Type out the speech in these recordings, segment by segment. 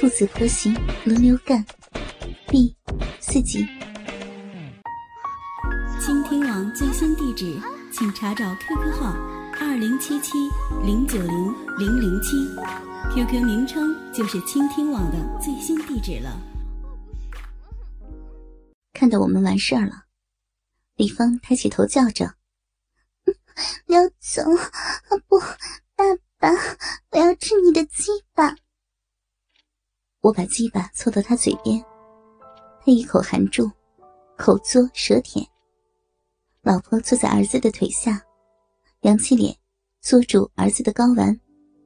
父子婆媳轮流干第4集。 倾听网最新地址，请查找 QQ 号2077090007，QQ 名称就是倾听网的最新地址了。 看到我们完事儿了，李芳抬起头叫着：“刘总，不，爸爸，我要吃你的鸡巴。”我把鸡巴凑到他嘴边，他一口含住，口嘬舌舔。老婆坐在儿子的腿下，扬起脸嘬住儿子的睾丸。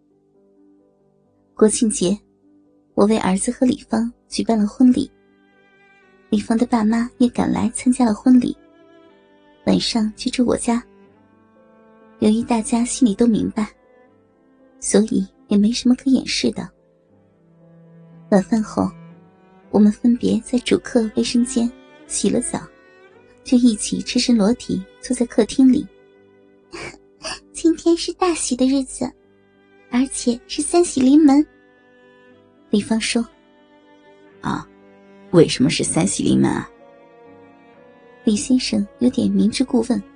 国庆节，我为儿子和李芳举办了婚礼，李芳的爸妈也赶来参加了婚礼，晚上去住我家。由于大家心里都明白，所以也没什么可掩饰的。晚饭后，我们分别在主客卫生间洗了澡，就一起赤身裸体坐在客厅里。今天是大喜的日子，而且是3喜临门。李芳说：“ 啊，为什么是3喜临门啊？” 李先生有点明知故问。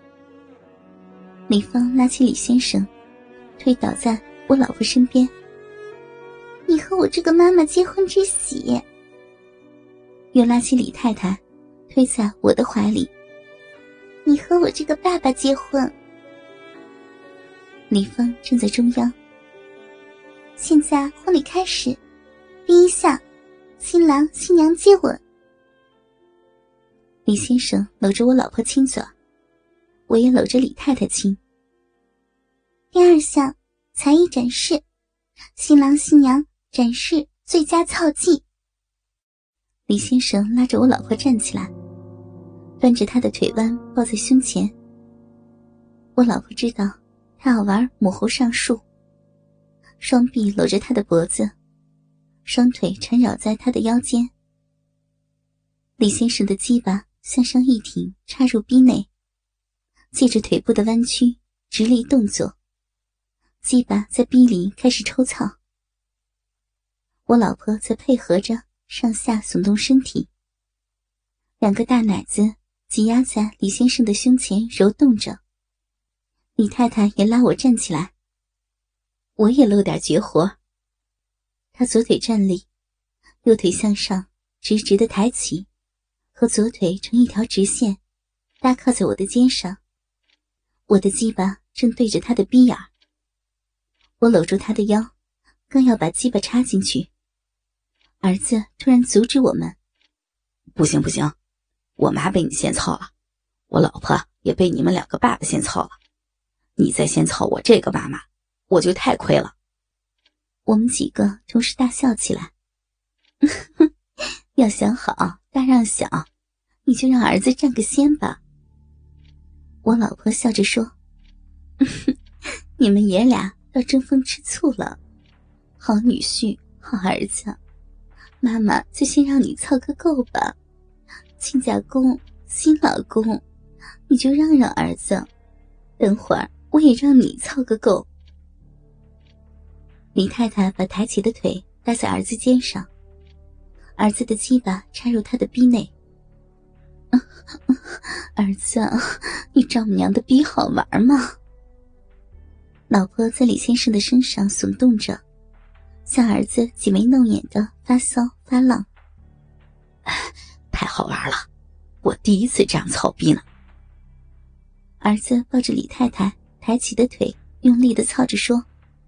李芳拉起李先生，推倒在我老婆身边：“你和我这个妈妈结婚之喜。”又拉起李太太，推在我的怀里：“你和我这个爸爸结婚。”李芳站在中央。现在婚礼开始，第一项，新郎新娘接吻。李先生搂着我老婆亲嘴，我也搂着李太太亲。第二项，才艺展示，新郎新娘展示最佳操技。李先生拉着我老婆站起来，端着她的腿弯抱在胸前。我老婆知道他要玩母猴上树，双臂搂着他的脖子，双腿缠绕在他的腰间。李先生的鸡巴向上一挺，插入逼内，借着腿部的弯曲直立动作，鸡巴在逼里开始抽操。我老婆则配合着上下耸动身体，两个大奶子挤压在李先生的胸前揉动着。李太太也拉我站起来，我也露点绝活。她左腿站立，右腿向上直直地抬起，和左腿成一条直线，搭靠在我的肩上。我的鸡巴正对着她的逼眼儿，我搂住她的腰，刚要把鸡巴插进去，儿子突然阻止我们：“ 不行不行，我妈被你先操了，我老婆也被你们2个爸爸先操了，你再先操我这个妈妈，我就太亏了。” 我们几个同时大笑起来。要想好大让小，你就让儿子占个先吧。我老婆笑着说：“你们爷俩要争风吃醋了，好女婿好儿子，妈妈就先让你操个够吧。亲家公新老公，你就让让儿子，等会儿我也让你操个够。”李太太把抬起的腿搭在儿子肩上，儿子的鸡巴插入他的逼内。儿子，你丈母娘的逼好玩吗？老婆在李先生的身上耸动着，向儿子挤眉弄眼的发骚发浪。 太好玩了，我第一次这样操逼呢。 儿子抱着李太太抬起的腿，用力地操着说：“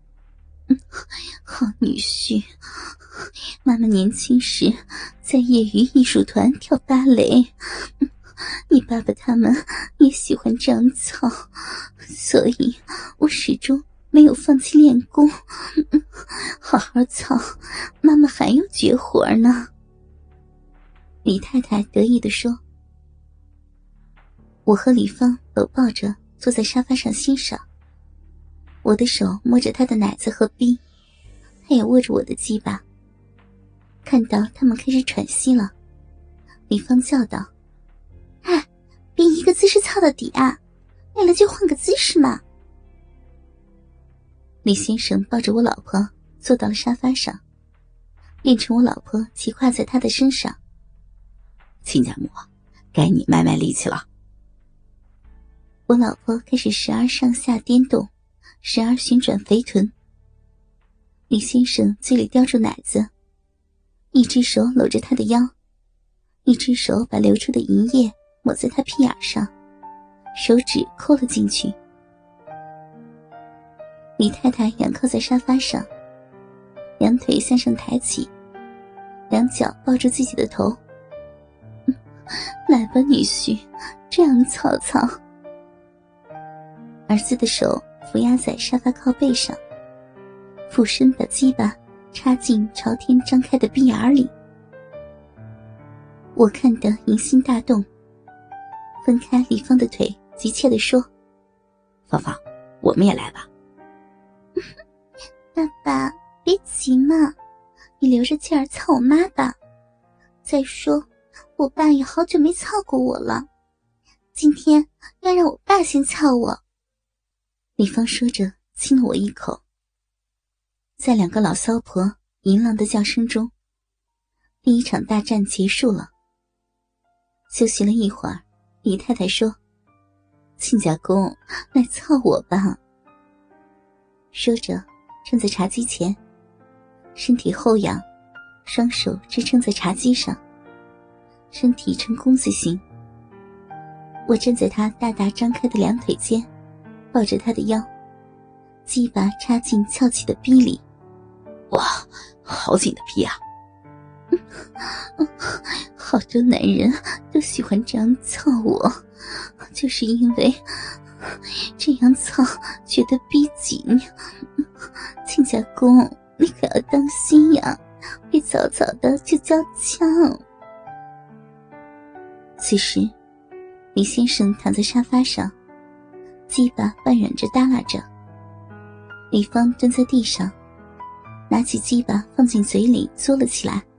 好女婿，妈妈年轻时在业余艺术团跳芭蕾，你爸爸他们也喜欢这样操，所以我始终没有放弃练功。好好操，妈妈还有绝活呢。”李太太得意地说。我和李芳搂抱着坐在沙发上欣赏，我的手摸着她的奶子和逼，她也握着我的鸡巴。看到他们开始喘息了，李芳叫道：“哎，别一个姿势操到底啊，累了就换个姿势嘛。”李先生抱着我老婆坐到了沙发上， 变成我老婆骑跨在他的身上。 亲家母，该你卖力气了。 我老婆开始时而上下颠动，时而旋转肥臀。李先生嘴里叼住奶子，一只手搂着她的腰，一只手把流出的银液抹在她屁眼上，手指抠了进去。李太太仰靠在沙发上，两腿向上抬起，两脚抱住自己的头。来吧，女婿，这样操操。儿子的手扶压在沙发靠背上，俯身把鸡巴插进朝天张开的逼眼里。我看得淫心大动，分开李芳的腿，急切地说： 芳芳，我们也来吧。 爸爸，别急嘛，你留着劲儿操我妈吧。再说，我爸也好久没操过我了，今天要让我爸先操我。李芳说着亲了我一口。在两个老骚婆淫浪的叫声中，第一场大战结束了。休息了一会儿，李太太说：亲家公，来操我吧。说着站在茶几前，身体后仰，双手支撑在茶几上，身体呈弓字形。我站在他大大张开的两腿间，抱着他的腰，鸡巴插进翘起的逼里。 哇，好紧的逼啊！ 好多男人都喜欢这样操我，就是因为这样操觉得逼紧。亲家公，你可要当心呀，别早早的就交枪。此时李先生躺在沙发上，鸡巴半软着耷拉着。李芳蹲在地上，拿起鸡巴放进嘴里嘬了起来。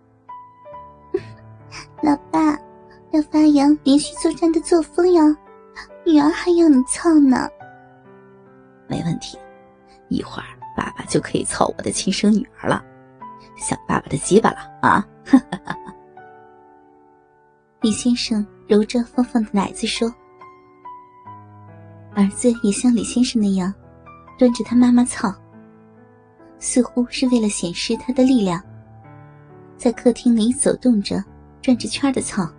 老爸，要发扬连续作战的作风哟，女儿还要你操呢。 没问题，一会儿爸爸就可以操我的亲生女儿了，想爸爸的鸡巴了啊！ 李先生揉着芳芳的奶子说。儿子也像李先生那样端着他妈妈操，似乎是为了显示他的力量，在客厅里走动着转着圈的操。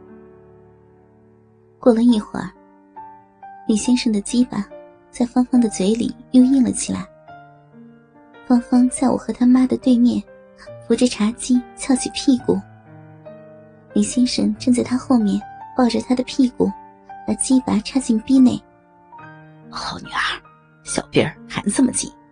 过了一会儿，李先生的鸡巴在芳芳的嘴里又硬了起来。芳芳在我和他妈的对面，扶着茶几翘起屁股。李先生站在他后面，抱着他的屁股，把鸡巴插进逼内。 好女儿，小兵儿还这么紧。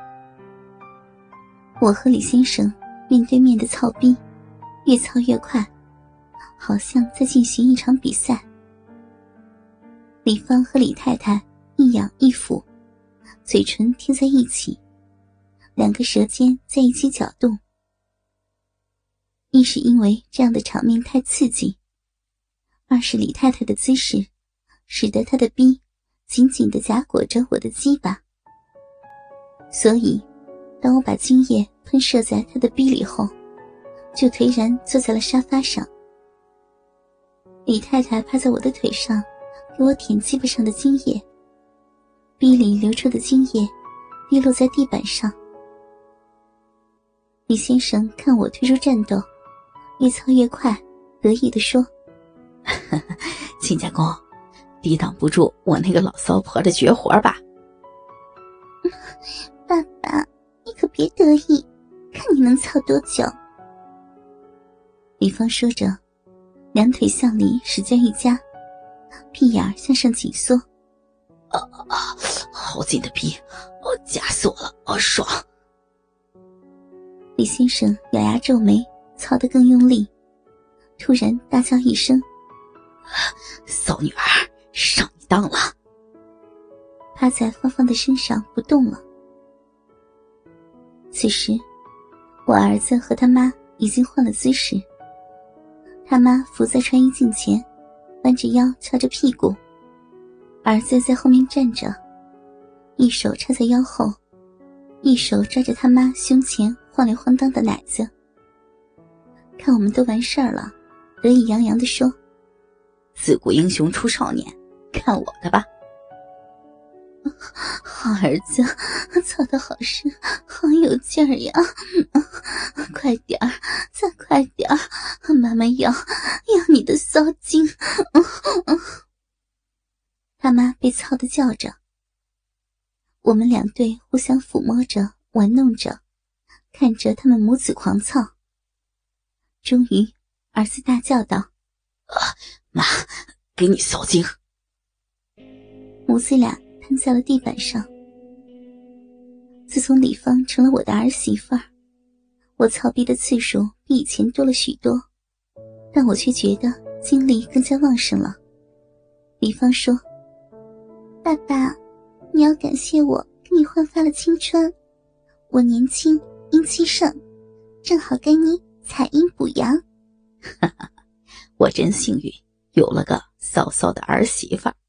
我和李先生面对面的操逼，越操越快，好像在进行一场比赛。李芳和李太太一仰一俯，嘴唇贴在一起，两个舌尖在一起搅动。一是因为这样的场面太刺激，二是李太太的姿势使得她的逼紧紧地夹裹着我的鸡巴，所以当我把精液喷射在她的逼里后，就颓然坐在了沙发上。李太太趴在我的腿上，给我舔鸡巴上的精液，逼里流出的精液滴落在地板上。李先生看我退出战斗，越操越快，得意地说： 亲家公，抵挡不住我那个老骚婆的绝活吧？ 爸爸，你可别得意，看你能操多久。李芳说着，两腿向里使劲一夹，屁眼向上紧缩。 好紧的逼，夹死我了，爽！ 李先生咬牙皱眉，操得更用力，突然大叫一声： 骚女儿，上你当了！ 趴在芳芳的身上不动了。此时我儿子和他妈已经换了姿势，他妈伏在穿衣镜前，弯着腰翘着屁股，儿子在后面站着，一手插在腰后，一手抓着他妈胸前晃里晃荡的奶子， 看我们都完事儿了，得意洋洋地说： 自古英雄出少年，看我的吧。 好儿子，操得好深，好有劲儿呀！快点儿，再快点儿，妈妈要你的骚精！他妈被操得叫着。我们两对互相抚摸着，玩弄着，看着他们母子狂操。终于，儿子大叫道： 妈，给你骚精！ 母子俩瘫在了地板上。自从李芳成了我的儿媳妇儿，我操逼的次数比以前多了许多，但我却觉得精力更加旺盛了。李芳说：爸爸，你要感谢我给你焕发了青春，我年轻阴气盛，正好给你采阴补阳。 我真幸运，有了个骚骚的儿媳妇儿。